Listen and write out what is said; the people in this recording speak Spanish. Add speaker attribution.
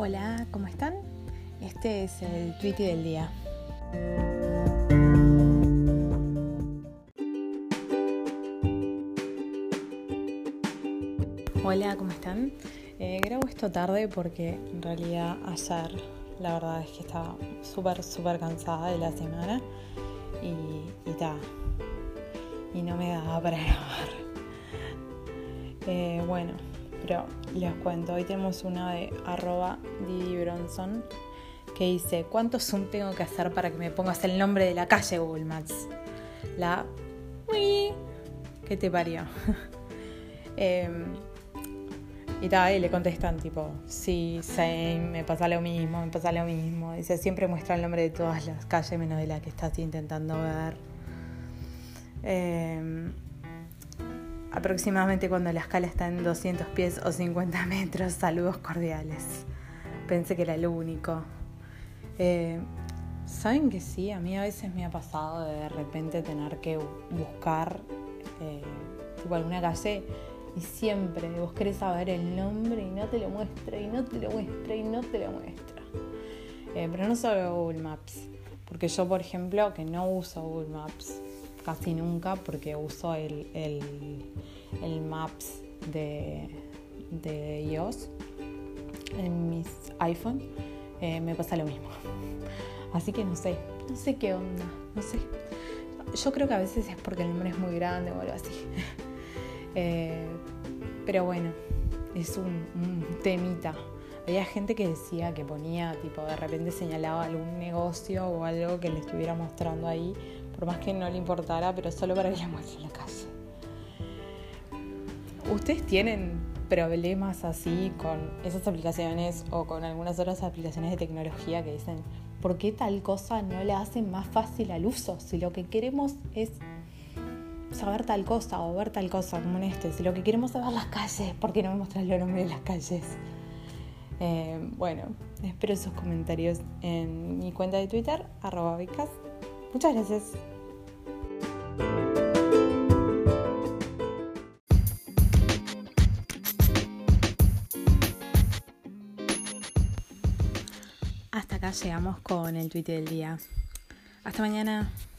Speaker 1: Hola, ¿cómo están? Este es el tweet del día. Hola, ¿cómo están? Grabo esto tarde porque en realidad ayer la verdad es que estaba súper cansada de la semana y no me daba para grabar. Bueno, pero les cuento, hoy tenemos una de @DidiBronson que dice: ¿cuánto zoom tengo que hacer para que me pongas el nombre de la calle Google Maps? La ¿qué te parió? Y le contestan tipo: sí, same, me pasa lo mismo. Dice: siempre muestra el nombre de todas las calles menos de la que estás intentando ver. Aproximadamente cuando la escala está en 200 pies o 50 metros, saludos cordiales. Pensé que era el único. ¿Saben que sí? A mí a veces me ha pasado de repente tener que buscar tipo alguna calle y siempre vos querés saber el nombre y no te lo muestra. Pero no solo Google Maps, porque yo, por ejemplo, que no uso Google Maps casi nunca, porque uso el Maps de iOS en mis iPhone, me pasa lo mismo. Así que no sé qué onda, no sé. Yo creo que a veces es porque el nombre es muy grande o algo así. Pero bueno, es un temita. Había gente que decía que ponía, tipo, de repente señalaba algún negocio o algo que le estuviera mostrando ahí, por más que no le importara, pero solo para que le muestre la calle. ¿Ustedes tienen problemas así con esas aplicaciones o con algunas otras aplicaciones de tecnología que dicen: ¿por qué tal cosa no la hacen más fácil al uso? Si lo que queremos es saber tal cosa o ver tal cosa, como en si lo que queremos es saber las calles, ¿por qué no me muestras los nombres de las calles? Bueno, espero sus comentarios en mi cuenta de Twitter, @Vicas. Muchas gracias. Hasta acá llegamos con el tweet del día. Hasta mañana.